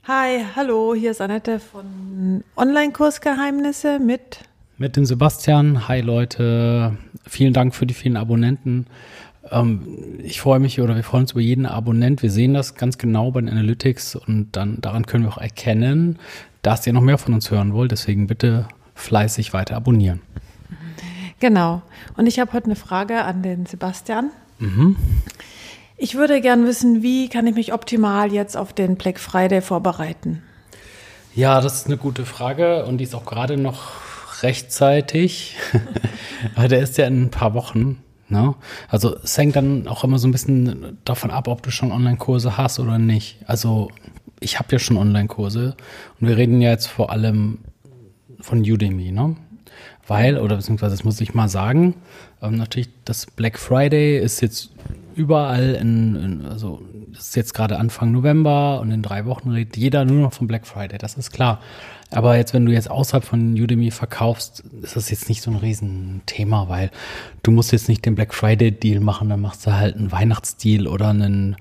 Hi, hallo, hier ist Annette von Online-Kursgeheimnisse mit dem Sebastian. Hi Leute, vielen Dank für die vielen Abonnenten. Ich freue mich oder wir freuen uns über jeden Abonnent. Wir sehen das ganz genau bei den Analytics und dann daran können wir auch erkennen, dass ihr noch mehr von uns hören wollt. Deswegen bitte fleißig weiter abonnieren. Genau. Und ich habe heute eine Frage an den Sebastian. Mhm. Ich würde gern wissen, wie kann ich mich optimal jetzt auf den Black Friday vorbereiten? Ja, das ist eine gute Frage und die ist auch gerade noch rechtzeitig. Der ist ja in ein paar Wochen. Ne? Also es hängt dann auch immer so ein bisschen davon ab, ob du schon Online-Kurse hast oder nicht. Also ich habe ja schon Online-Kurse und wir reden ja jetzt vor allem von Udemy, ne? Beziehungsweise das muss ich mal sagen, natürlich das Black Friday ist jetzt überall also das ist jetzt gerade Anfang November und in 3 Wochen redet jeder nur noch vom Black Friday, das ist klar. Aber jetzt, wenn du jetzt außerhalb von Udemy verkaufst, ist das jetzt nicht so ein Riesenthema, weil du musst jetzt nicht den Black Friday Deal machen, dann machst du halt einen Weihnachtsdeal oder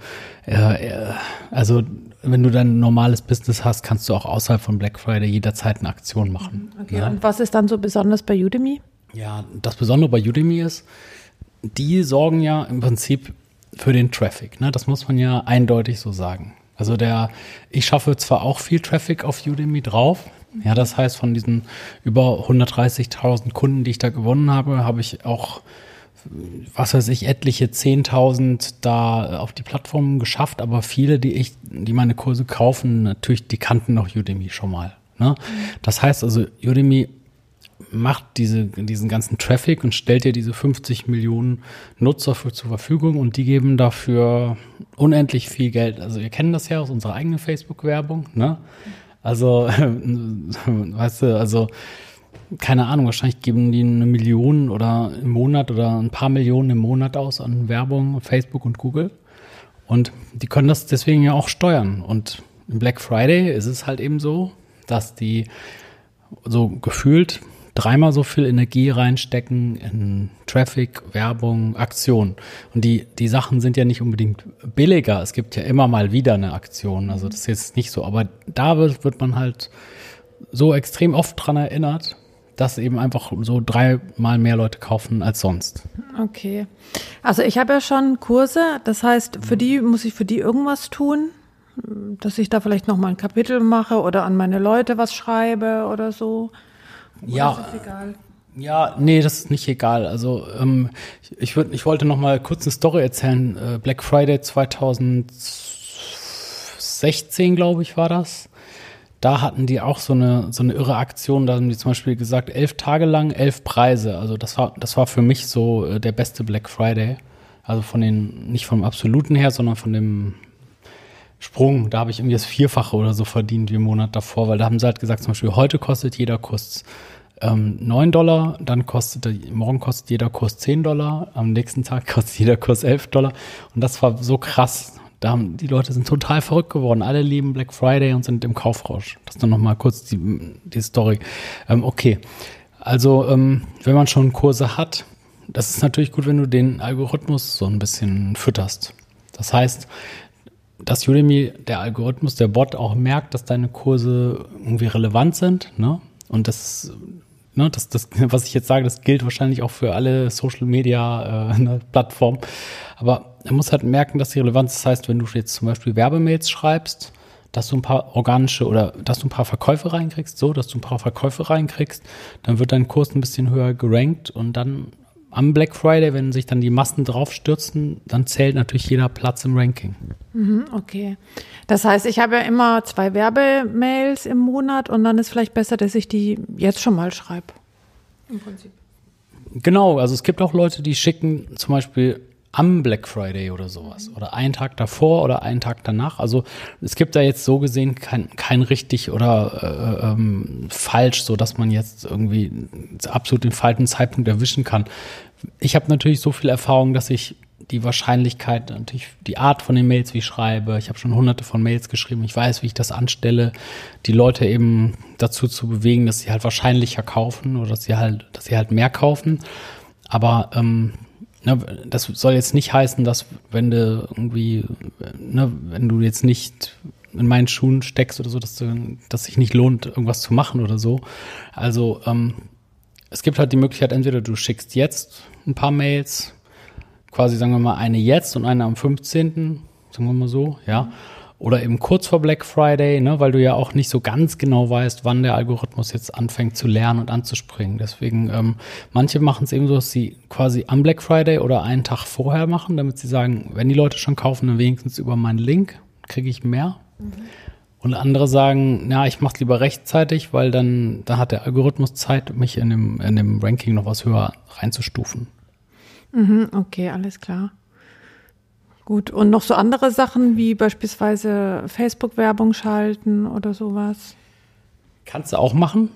also wenn du dann ein normales Business hast, kannst du auch außerhalb von Black Friday jederzeit eine Aktion machen. Okay, ja? Und was ist dann so besonders bei Udemy? Ja, das Besondere bei Udemy ist, die sorgen ja im Prinzip für den Traffic, ne? Das muss man ja eindeutig so sagen. Also ich schaffe zwar auch viel Traffic auf Udemy drauf, ja, das heißt von diesen über 130.000 Kunden, die ich da gewonnen habe, habe ich auch, was weiß ich, etliche 10.000 da auf die Plattform geschafft, aber viele, die meine Kurse kaufen, natürlich, die kannten noch Udemy schon mal, ne? Das heißt also, Udemy macht diesen ganzen Traffic und stellt dir diese 50 Millionen Nutzer zur Verfügung und die geben dafür unendlich viel Geld. Also wir kennen das ja aus unserer eigenen Facebook-Werbung, ne? Also, weißt du, also keine Ahnung, wahrscheinlich geben die 1 Million oder im Monat oder ein paar Millionen im Monat aus an Werbung, Facebook und Google. Und die können das deswegen ja auch steuern. Und im Black Friday ist es halt eben so, dass die so gefühlt 3-mal so viel Energie reinstecken in Traffic, Werbung, Aktion. Und die Sachen sind ja nicht unbedingt billiger. Es gibt ja immer mal wieder eine Aktion. Also das ist jetzt nicht so. Aber da wird man halt so extrem oft dran erinnert, dass eben einfach so 3-mal mehr Leute kaufen als sonst. Okay. Also ich habe ja schon Kurse. Das heißt, muss ich für die irgendwas tun? Dass ich da vielleicht noch mal ein Kapitel mache oder an meine Leute was schreibe oder so? Ja, ist das egal? Ja, nee, das ist nicht egal. Also ich wollte noch mal kurz eine Story erzählen. Black Friday 2016, glaube ich, war das. Da hatten die auch so eine irre Aktion. Da haben die zum Beispiel gesagt, 11 Tage lang 11 Preise. Also das war für mich so der beste Black Friday. Also nicht vom Absoluten her, sondern von dem Sprung, da habe ich irgendwie das 4-fache oder so verdient wie im Monat davor, weil da haben sie halt gesagt, zum Beispiel heute kostet jeder Kurs $9, dann morgen kostet jeder Kurs $10, am nächsten Tag kostet jeder Kurs $11 und das war so krass. Die Leute sind total verrückt geworden, alle lieben Black Friday und sind im Kaufrausch. Das ist dann nochmal kurz die Story. Okay, also wenn man schon Kurse hat, das ist natürlich gut, wenn du den Algorithmus so ein bisschen fütterst. Das heißt, dass Udemy, der Algorithmus, der Bot auch merkt, dass deine Kurse irgendwie relevant sind, ne? Und das, was ich jetzt sage, das gilt wahrscheinlich auch für alle Social-Media-Plattformen. Aber er muss halt merken, dass die relevant ist. Das heißt, wenn du jetzt zum Beispiel Werbemails schreibst, dass du ein paar dass du ein paar Verkäufe reinkriegst, dann wird dein Kurs ein bisschen höher gerankt und dann am Black Friday, wenn sich dann die Massen drauf stürzen, dann zählt natürlich jeder Platz im Ranking. Okay. Das heißt, ich habe ja immer 2 Werbemails im Monat und dann ist vielleicht besser, dass ich die jetzt schon mal schreibe. Im Prinzip. Genau, also es gibt auch Leute, die schicken zum Beispiel am Black Friday oder sowas. Oder einen Tag davor oder einen Tag danach. Also es gibt da jetzt so gesehen kein richtig oder falsch, so dass man jetzt irgendwie absolut den falschen Zeitpunkt erwischen kann. Ich habe natürlich so viel Erfahrung, dass ich die Wahrscheinlichkeit, natürlich die Art von den Mails, wie ich schreibe, ich habe schon hunderte von Mails geschrieben, ich weiß, wie ich das anstelle, die Leute eben dazu zu bewegen, dass sie halt wahrscheinlicher kaufen oder dass sie halt mehr kaufen. Aber das soll jetzt nicht heißen, dass wenn du jetzt nicht in meinen Schuhen steckst oder so, dass sich nicht lohnt, irgendwas zu machen oder so. Also es gibt halt die Möglichkeit, entweder du schickst jetzt ein paar Mails, quasi sagen wir mal eine jetzt und eine am 15., sagen wir mal so, ja. Oder eben kurz vor Black Friday, ne, weil du ja auch nicht so ganz genau weißt, wann der Algorithmus jetzt anfängt zu lernen und anzuspringen. Deswegen, manche machen es eben so, dass sie quasi am Black Friday oder einen Tag vorher machen, damit sie sagen, wenn die Leute schon kaufen, dann wenigstens über meinen Link kriege ich mehr. Und andere sagen, ja, ich mache es lieber rechtzeitig, weil dann hat der Algorithmus Zeit, mich in dem Ranking noch was höher reinzustufen. Okay, alles klar. Gut, und noch so andere Sachen wie beispielsweise Facebook-Werbung schalten oder sowas? Kannst du auch machen.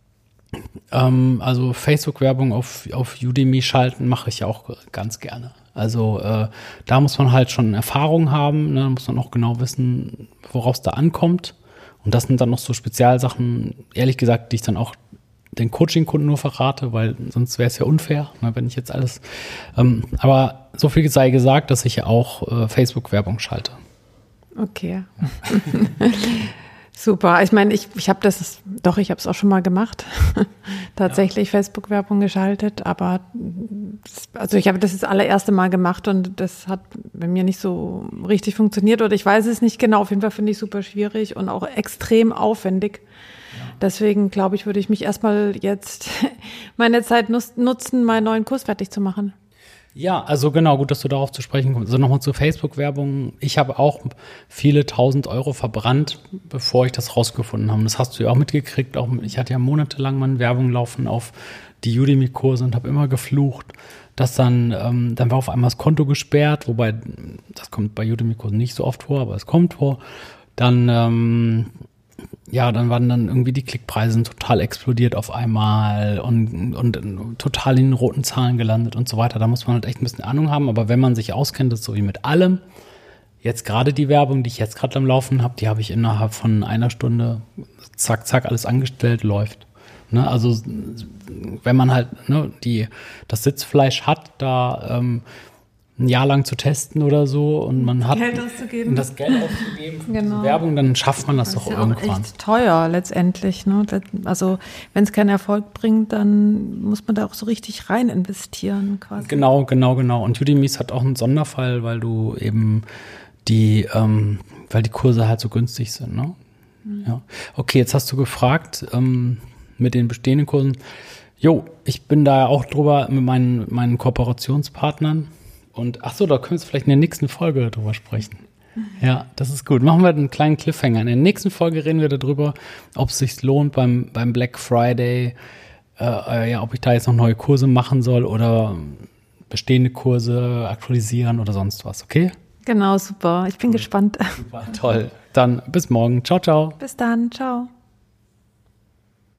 Also Facebook-Werbung auf Udemy schalten mache ich auch ganz gerne. Also da muss man halt schon Erfahrung haben, ne? Da muss man auch genau wissen, worauf es da ankommt. Und das sind dann noch so Spezialsachen, ehrlich gesagt, die ich dann auch den Coaching-Kunden nur verrate, weil sonst wäre es ja unfair, ne, wenn ich jetzt alles. Aber so viel sei gesagt, dass ich ja auch Facebook-Werbung schalte. Okay. Super. Ich meine, ich habe es auch schon mal gemacht. Tatsächlich Facebook-Werbung geschaltet, aber ich habe das das allererste Mal gemacht und das hat bei mir nicht so richtig funktioniert oder ich weiß es nicht genau. Auf jeden Fall finde ich es super schwierig und auch extrem aufwendig. Deswegen, glaube ich, würde ich mich erstmal jetzt meine Zeit nutzen, meinen neuen Kurs fertig zu machen. Ja, also genau, gut, dass du darauf zu sprechen kommst. Also nochmal zur Facebook-Werbung. Ich habe auch viele 1.000 Euro verbrannt, bevor ich das rausgefunden habe. Das hast du ja auch mitgekriegt. Ich hatte ja monatelang meine Werbung laufen auf die Udemy-Kurse und habe immer geflucht, dass dann war auf einmal das Konto gesperrt, wobei das kommt bei Udemy-Kursen nicht so oft vor, aber es kommt vor. Dann waren dann irgendwie die Klickpreise total explodiert auf einmal und total in den roten Zahlen gelandet und so weiter. Da muss man halt echt ein bisschen Ahnung haben. Aber wenn man sich auskennt, das ist so wie mit allem. Jetzt gerade die Werbung, die ich jetzt gerade am Laufen habe, die habe ich innerhalb von einer Stunde zack, zack, alles angestellt, läuft. Ne? Also wenn man halt das Sitzfleisch hat, da ein Jahr lang zu testen oder so und man hat das Geld auszugeben für diese Werbung, dann schafft man das doch irgendwann. Das ist ja echt teuer letztendlich. Ne? Also wenn es keinen Erfolg bringt, dann muss man da auch so richtig rein investieren quasi. Genau. Und Udemy hat auch einen Sonderfall, weil du eben weil die Kurse halt so günstig sind. Ne? Ja. Okay, jetzt hast du gefragt mit den bestehenden Kursen. Ich bin da auch drüber mit meinen Kooperationspartnern. Und da können wir jetzt vielleicht in der nächsten Folge drüber sprechen. Ja, das ist gut. Machen wir einen kleinen Cliffhanger. In der nächsten Folge reden wir darüber, ob es sich lohnt beim Black Friday, ob ich da jetzt noch neue Kurse machen soll oder bestehende Kurse aktualisieren oder sonst was, okay? Genau, super. Ich bin gespannt. Super, toll. Dann bis morgen. Ciao, ciao. Bis dann. Ciao.